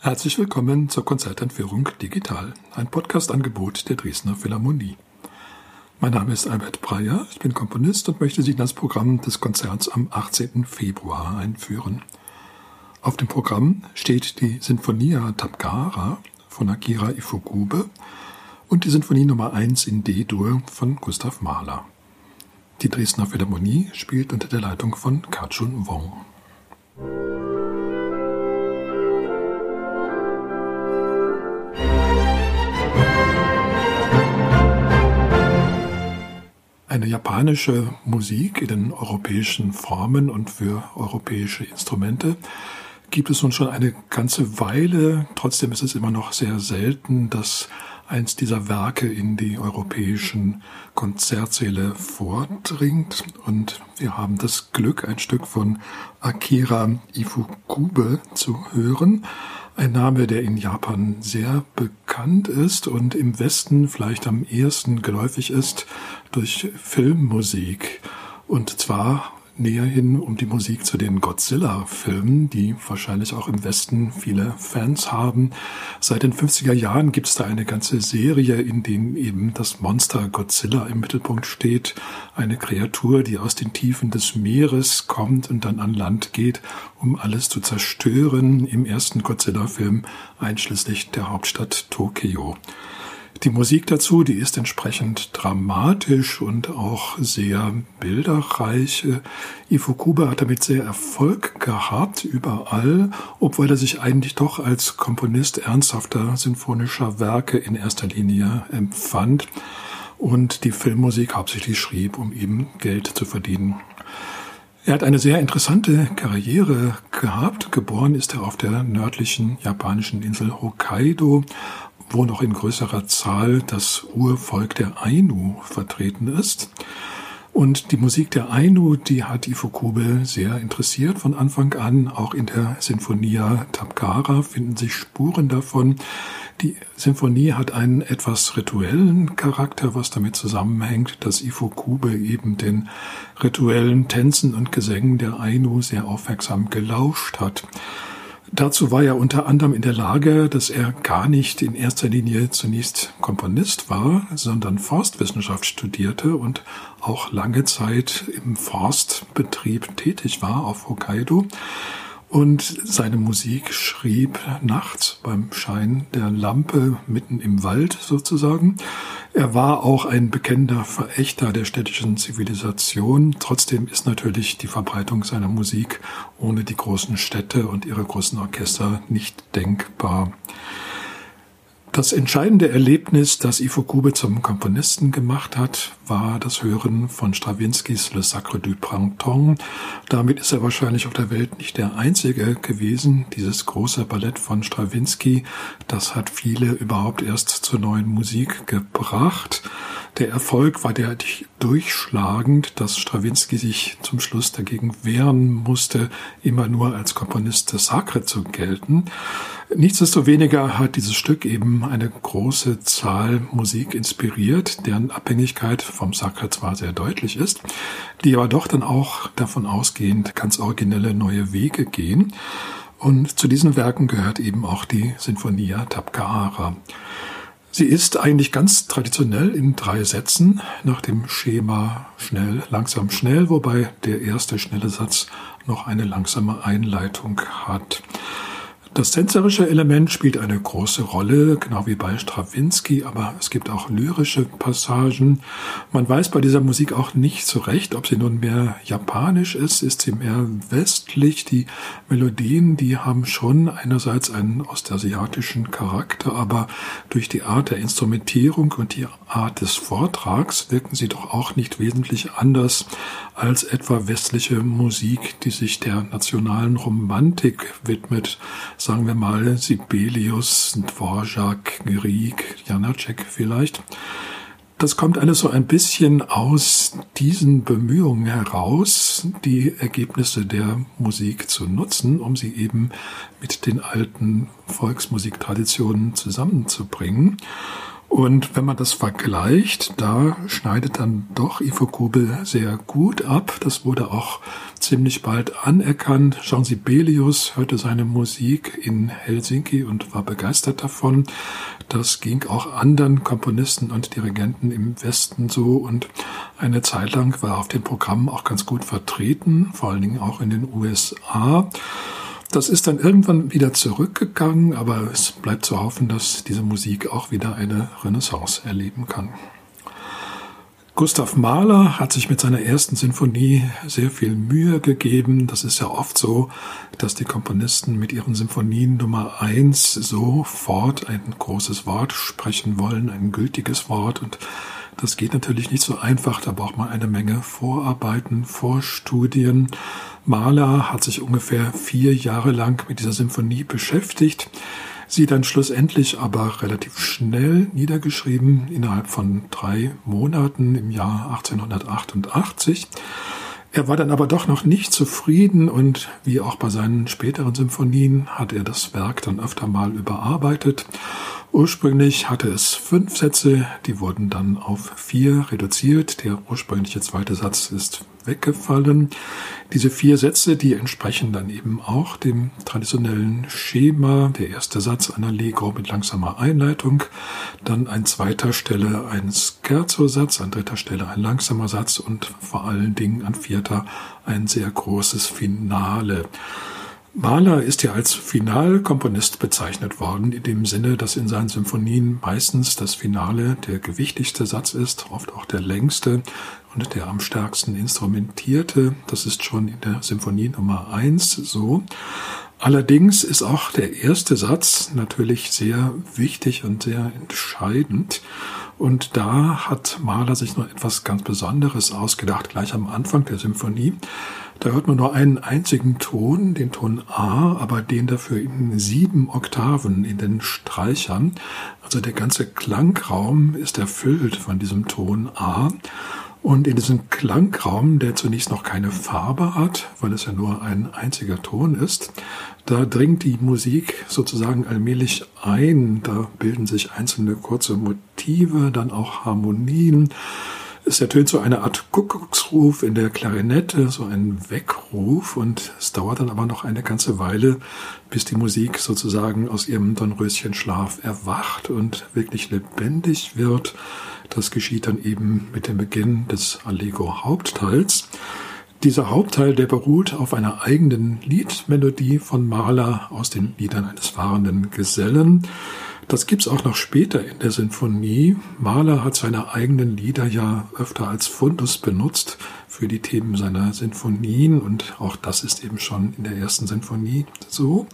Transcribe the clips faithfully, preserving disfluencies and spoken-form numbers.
Herzlich willkommen zur Konzertentführung Digital, ein Podcast-Angebot der Dresdner Philharmonie. Mein Name ist Albert Breyer, ich bin Komponist und möchte Sie in das Programm des Konzerts am achtzehnten Februar einführen. Auf dem Programm steht die Sinfonia Tabgara von Akira Ifukube und die Sinfonie Nummer eins in D-Dur von Gustav Mahler. Die Dresdner Philharmonie spielt unter der Leitung von Ka-Chun Wong. Eine japanische Musik in den europäischen Formen und für europäische Instrumente gibt es nun schon eine ganze Weile. Trotzdem ist es immer noch sehr selten, dass eins dieser Werke in die europäischen Konzertsäle vordringt. Und wir haben das Glück, ein Stück von Akira Ifukube zu hören. Ein Name, der in Japan sehr bekannt ist und im Westen vielleicht am ehesten geläufig ist durch Filmmusik. Und zwar näher hin um die Musik zu den Godzilla-Filmen, die wahrscheinlich auch im Westen viele Fans haben. Seit den fünfziger Jahren gibt es da eine ganze Serie, in denen eben das Monster Godzilla im Mittelpunkt steht. Eine Kreatur, die aus den Tiefen des Meeres kommt und dann an Land geht, um alles zu zerstören. Im ersten Godzilla-Film einschließlich der Hauptstadt Tokio. Die Musik dazu, die ist entsprechend dramatisch und auch sehr bilderreich. Ifukube hat damit sehr Erfolg gehabt, überall, obwohl er sich eigentlich doch als Komponist ernsthafter sinfonischer Werke in erster Linie empfand und die Filmmusik hauptsächlich schrieb, um eben Geld zu verdienen. Er hat eine sehr interessante Karriere gehabt. Geboren ist er auf der nördlichen japanischen Insel Hokkaido, wo noch in größerer Zahl das Urvolk der Ainu vertreten ist. Und die Musik der Ainu, die hat Ifukube sehr interessiert von Anfang an. Auch in der Sinfonia Tabgara finden sich Spuren davon. Die Sinfonie hat einen etwas rituellen Charakter, was damit zusammenhängt, dass Ifukube eben den rituellen Tänzen und Gesängen der Ainu sehr aufmerksam gelauscht hat. Dazu war er unter anderem in der Lage, dass er gar nicht in erster Linie zunächst Komponist war, sondern Forstwissenschaft studierte und auch lange Zeit im Forstbetrieb tätig war auf Hokkaido und seine Musik schrieb nachts beim Schein der Lampe mitten im Wald sozusagen. Er war auch ein bekennender Verächter der städtischen Zivilisation. Trotzdem ist natürlich die Verbreitung seiner Musik ohne die großen Städte und ihre großen Orchester nicht denkbar. Das entscheidende Erlebnis, das Ifukube zum Komponisten gemacht hat, war das Hören von Strawinskys Le Sacre du Printemps. Damit ist er wahrscheinlich auf der Welt nicht der Einzige gewesen. Dieses große Ballett von Strawinsky, das hat viele überhaupt erst zur neuen Musik gebracht. Der Erfolg war derartig durchschlagend, dass Strawinsky sich zum Schluss dagegen wehren musste, immer nur als Komponist des Sacre zu gelten. Nichtsdestoweniger hat dieses Stück eben eine große Zahl Musik inspiriert, deren Abhängigkeit vom Sacre zwar sehr deutlich ist, die aber doch dann auch davon ausgehend ganz originelle neue Wege gehen. Und zu diesen Werken gehört eben auch die Sinfonia Tabgara. Sie ist eigentlich ganz traditionell in drei Sätzen nach dem Schema schnell, langsam, schnell, wobei der erste schnelle Satz noch eine langsame Einleitung hat. Das tänzerische Element spielt eine große Rolle, genau wie bei Strawinsky, aber es gibt auch lyrische Passagen. Man weiß bei dieser Musik auch nicht so recht, ob sie nun mehr japanisch ist, ist sie mehr westlich. Die Melodien, die haben schon einerseits einen ostasiatischen Charakter, aber durch die Art der Instrumentierung und die Art des Vortrags wirken sie doch auch nicht wesentlich anders als etwa westliche Musik, die sich der nationalen Romantik widmet. Sagen wir mal Sibelius, Dvorak, Grieg, Janáček vielleicht. Das kommt alles so ein bisschen aus diesen Bemühungen heraus, die Ergebnisse der Musik zu nutzen, um sie eben mit den alten Volksmusiktraditionen zusammenzubringen. Und wenn man das vergleicht, da schneidet dann doch Ivo Kubel sehr gut ab. Das wurde auch ziemlich bald anerkannt. Jean Sibelius hörte seine Musik in Helsinki und war begeistert davon. Das ging auch anderen Komponisten und Dirigenten im Westen so. Und eine Zeit lang war er auf dem Programm auch ganz gut vertreten, vor allen Dingen auch in den U S A. Das ist dann irgendwann wieder zurückgegangen, aber es bleibt zu hoffen, dass diese Musik auch wieder eine Renaissance erleben kann. Gustav Mahler hat sich mit seiner ersten Sinfonie sehr viel Mühe gegeben. Das ist ja oft so, dass die Komponisten mit ihren Sinfonien Nummer eins sofort ein großes Wort sprechen wollen, ein gültiges Wort. Und das geht natürlich nicht so einfach. Da braucht man eine Menge Vorarbeiten, Vorstudien. Mahler hat sich ungefähr vier Jahre lang mit dieser Sinfonie beschäftigt, sie dann schlussendlich aber relativ schnell niedergeschrieben, innerhalb von drei Monaten im Jahr achtzehnhundertachtundachtzig. Er war dann aber doch noch nicht zufrieden und wie auch bei seinen späteren Sinfonien hat er das Werk dann öfter mal überarbeitet. Ursprünglich hatte es fünf Sätze, die wurden dann auf vier reduziert. Der ursprüngliche zweite Satz ist weggefallen. Diese vier Sätze, die entsprechen dann eben auch dem traditionellen Schema. Der erste Satz ein Allegro mit langsamer Einleitung, dann an zweiter Stelle ein Scherzo-Satz, an dritter Stelle ein langsamer Satz und vor allen Dingen an vierter ein sehr großes Finale. Mahler ist ja als Finalkomponist bezeichnet worden, in dem Sinne, dass in seinen Symphonien meistens das Finale der gewichtigste Satz ist, oft auch der längste und der am stärksten instrumentierte. Das ist schon in der Symphonie Nummer eins so. Allerdings ist auch der erste Satz natürlich sehr wichtig und sehr entscheidend. Und da hat Mahler sich noch etwas ganz Besonderes ausgedacht, gleich am Anfang der Symphonie. Da hört man nur einen einzigen Ton, den Ton A, aber den dafür in sieben Oktaven in den Streichern. Also der ganze Klangraum ist erfüllt von diesem Ton A. Und in diesem Klangraum, der zunächst noch keine Farbe hat, weil es ja nur ein einziger Ton ist, da dringt die Musik sozusagen allmählich ein. Da bilden sich einzelne kurze Motive, dann auch Harmonien. Es ertönt so eine Art Kuckucksruf in der Klarinette, so ein Weckruf, und es dauert dann aber noch eine ganze Weile, bis die Musik sozusagen aus ihrem Dornröschenschlaf erwacht und wirklich lebendig wird. Das geschieht dann eben mit dem Beginn des Allegro-Hauptteils. Dieser Hauptteil, der beruht auf einer eigenen Liedmelodie von Mahler aus den Liedern eines fahrenden Gesellen. Das gibt's auch noch später in der Sinfonie. Mahler hat seine eigenen Lieder ja öfter als Fundus benutzt für die Themen seiner Sinfonien, und auch das ist eben schon in der ersten Sinfonie so.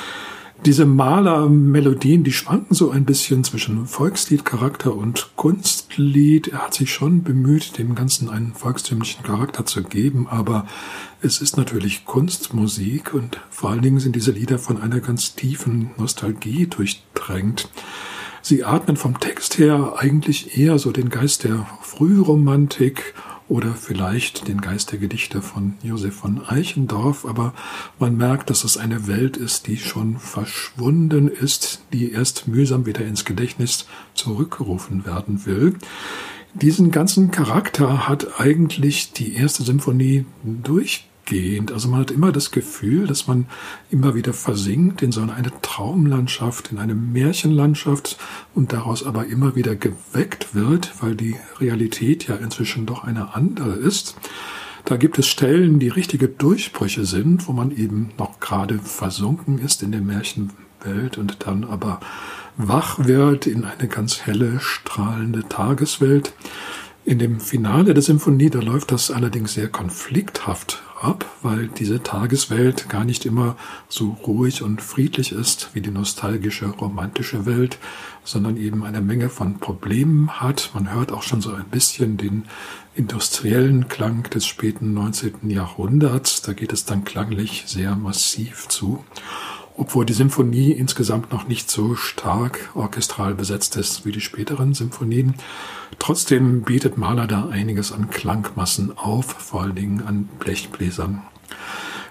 Diese Mahler-Melodien, die schwanken so ein bisschen zwischen Volksliedcharakter und Kunstlied. Er hat sich schon bemüht, dem Ganzen einen volkstümlichen Charakter zu geben, aber es ist natürlich Kunstmusik, und vor allen Dingen sind diese Lieder von einer ganz tiefen Nostalgie durchdrängt. Sie atmen vom Text her eigentlich eher so den Geist der Frühromantik oder vielleicht den Geist der Gedichte von Joseph von Eichendorff, aber man merkt, dass es eine Welt ist, die schon verschwunden ist, die erst mühsam wieder ins Gedächtnis zurückgerufen werden will. Diesen ganzen Charakter hat eigentlich die erste Symphonie durchgehend. Also man hat immer das Gefühl, dass man immer wieder versinkt in so eine Traumlandschaft, in eine Märchenlandschaft und daraus aber immer wieder geweckt wird, weil die Realität ja inzwischen doch eine andere ist. Da gibt es Stellen, die richtige Durchbrüche sind, wo man eben noch gerade versunken ist in der Märchenwelt und dann aber wach wird in eine ganz helle, strahlende Tageswelt. In dem Finale der Symphonie, da läuft das allerdings sehr konflikthaft ab, weil diese Tageswelt gar nicht immer so ruhig und friedlich ist wie die nostalgische, romantische Welt, sondern eben eine Menge von Problemen hat. Man hört auch schon so ein bisschen den industriellen Klang des späten neunzehnten Jahrhunderts. Da geht es dann klanglich sehr massiv zu, obwohl die Symphonie insgesamt noch nicht so stark orchestral besetzt ist wie die späteren Symphonien. Trotzdem bietet Mahler da einiges an Klangmassen auf, vor allen Dingen an Blechbläsern.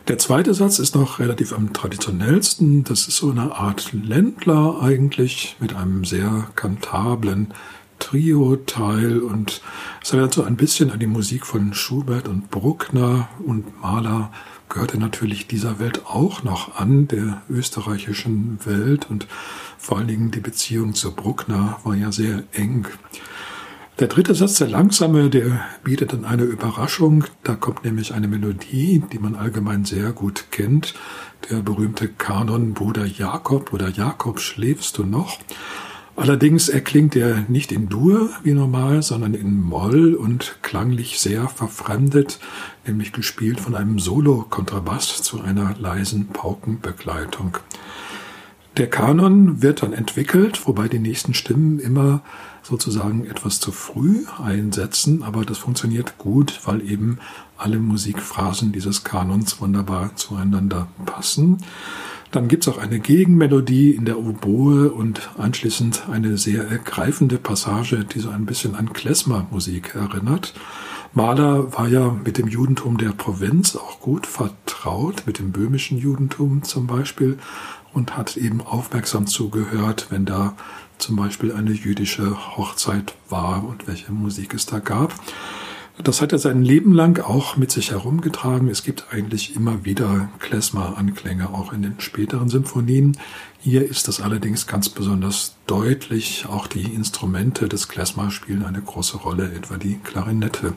Der zweite Satz ist noch relativ am traditionellsten. Das ist so eine Art Ländler eigentlich mit einem sehr kantablen Trio-Teil und es erinnert so ein bisschen an die Musik von Schubert und Bruckner, und Mahler gehörte natürlich dieser Welt auch noch an, der österreichischen Welt, und vor allen Dingen die Beziehung zu Bruckner war ja sehr eng. Der dritte Satz, der langsame, der bietet dann eine Überraschung. Da kommt nämlich eine Melodie, die man allgemein sehr gut kennt. Der berühmte Kanon Bruder Jakob oder Jakob, schläfst du noch? Allerdings erklingt er nicht in Dur wie normal, sondern in Moll und klanglich sehr verfremdet, nämlich gespielt von einem Solo-Kontrabass zu einer leisen Paukenbegleitung. Der Kanon wird dann entwickelt, wobei die nächsten Stimmen immer sozusagen etwas zu früh einsetzen, aber das funktioniert gut, weil eben alle Musikphrasen dieses Kanons wunderbar zueinander passen. Dann gibt's auch eine Gegenmelodie in der Oboe und anschließend eine sehr ergreifende Passage, die so ein bisschen an Klezmer-Musik erinnert. Mahler war ja mit dem Judentum der Provinz auch gut vertraut, mit dem böhmischen Judentum zum Beispiel, und hat eben aufmerksam zugehört, wenn da zum Beispiel eine jüdische Hochzeit war und welche Musik es da gab. Das hat er sein Leben lang auch mit sich herumgetragen. Es gibt eigentlich immer wieder Klezmer-Anklänge, auch in den späteren Symphonien. Hier ist das allerdings ganz besonders deutlich. Auch die Instrumente des Klezmer spielen eine große Rolle, etwa die Klarinette.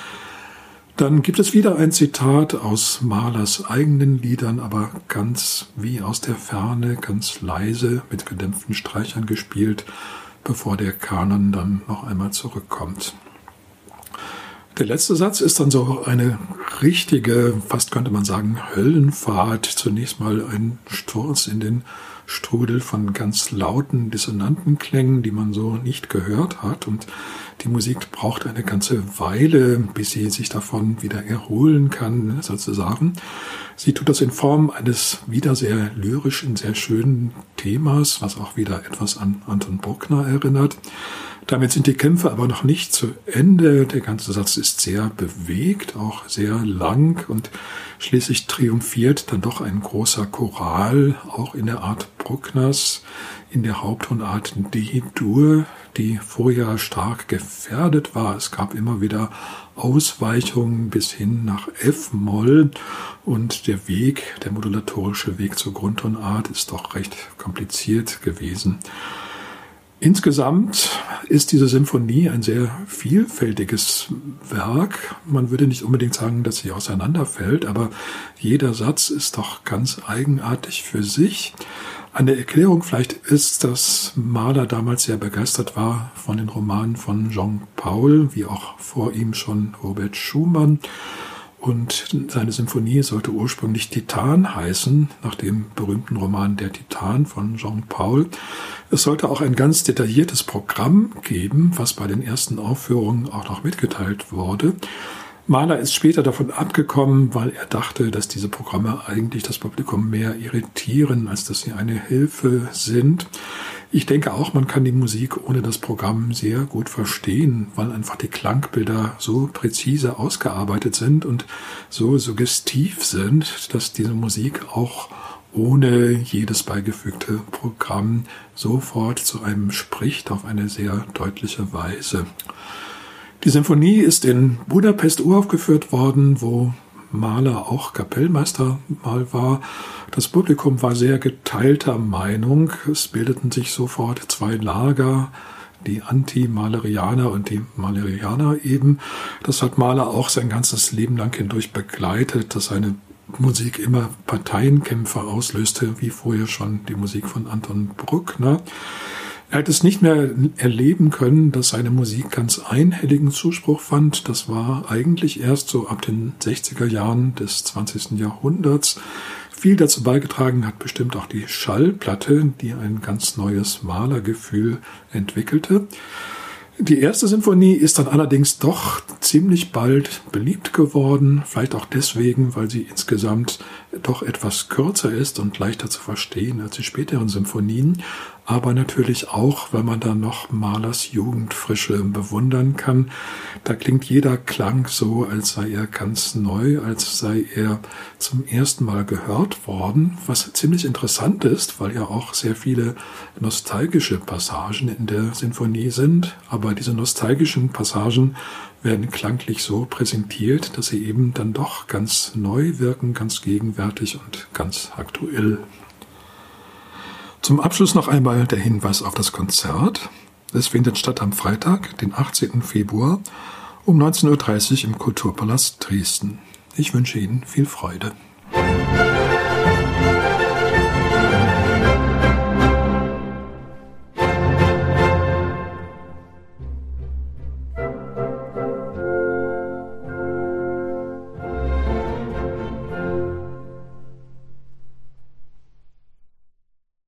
Dann gibt es wieder ein Zitat aus Mahlers eigenen Liedern, aber ganz wie aus der Ferne, ganz leise, mit gedämpften Streichern gespielt, bevor der Kanon dann noch einmal zurückkommt. Der letzte Satz ist dann so eine richtige, fast könnte man sagen, Höllenfahrt. Zunächst mal ein Sturz in den Strudel von ganz lauten, dissonanten Klängen, die man so nicht gehört hat. Und die Musik braucht eine ganze Weile, bis sie sich davon wieder erholen kann, sozusagen. Sie tut das in Form eines wieder sehr lyrischen, sehr schönen Themas, was auch wieder etwas an Anton Bruckner erinnert. Damit sind die Kämpfe aber noch nicht zu Ende. Der ganze Satz ist sehr bewegt, auch sehr lang, und schließlich triumphiert dann doch ein großer Choral, auch in der Art Bruckners, in der Haupttonart D-Dur, die vorher stark gefährdet war. Es gab immer wieder Ausweichungen bis hin nach F-Moll, und der Weg, der modulatorische Weg zur Grundtonart ist doch recht kompliziert gewesen. Insgesamt ist diese Symphonie ein sehr vielfältiges Werk. Man würde nicht unbedingt sagen, dass sie auseinanderfällt, aber jeder Satz ist doch ganz eigenartig für sich. Eine Erklärung vielleicht ist, dass Mahler damals sehr begeistert war von den Romanen von Jean Paul, wie auch vor ihm schon Robert Schumann. Und seine Symphonie sollte ursprünglich Titan heißen, nach dem berühmten Roman Der Titan von Jean Paul. Es sollte auch ein ganz detailliertes Programm geben, was bei den ersten Aufführungen auch noch mitgeteilt wurde. Mahler ist später davon abgekommen, weil er dachte, dass diese Programme eigentlich das Publikum mehr irritieren, als dass sie eine Hilfe sind. Ich denke auch, man kann die Musik ohne das Programm sehr gut verstehen, weil einfach die Klangbilder so präzise ausgearbeitet sind und so suggestiv sind, dass diese Musik auch ohne jedes beigefügte Programm sofort zu einem spricht, auf eine sehr deutliche Weise. Die Symphonie ist in Budapest uraufgeführt worden, wo Mahler auch Kapellmeister mal war. Das Publikum war sehr geteilter Meinung. Es bildeten sich sofort zwei Lager, die Anti-Mahlerianer und die Mahlerianer eben. Das hat Mahler auch sein ganzes Leben lang hindurch begleitet, dass seine Musik immer Parteienkämpfe auslöste, wie vorher schon die Musik von Anton Bruckner. Er hat es nicht mehr erleben können, dass seine Musik ganz einhelligen Zuspruch fand. Das war eigentlich erst so ab den sechziger Jahren des zwanzigsten Jahrhunderts. Viel dazu beigetragen hat bestimmt auch die Schallplatte, die ein ganz neues Mahlergefühl entwickelte. Die erste Symphonie ist dann allerdings doch ziemlich bald beliebt geworden, vielleicht auch deswegen, weil sie insgesamt doch etwas kürzer ist und leichter zu verstehen als die späteren Symphonien. aber natürlich auch, weil man da noch Mahlers Jugendfrische bewundern kann. Da klingt jeder Klang so, als sei er ganz neu, als sei er zum ersten Mal gehört worden, was ziemlich interessant ist, weil ja auch sehr viele nostalgische Passagen in der Sinfonie sind, aber diese nostalgischen Passagen werden klanglich so präsentiert, dass sie eben dann doch ganz neu wirken, ganz gegenwärtig und ganz aktuell. Zum Abschluss noch einmal der Hinweis auf das Konzert. Es findet statt am Freitag, den achtzehnten Februar um neunzehn Uhr dreißig im Kulturpalast Dresden. Ich wünsche Ihnen viel Freude.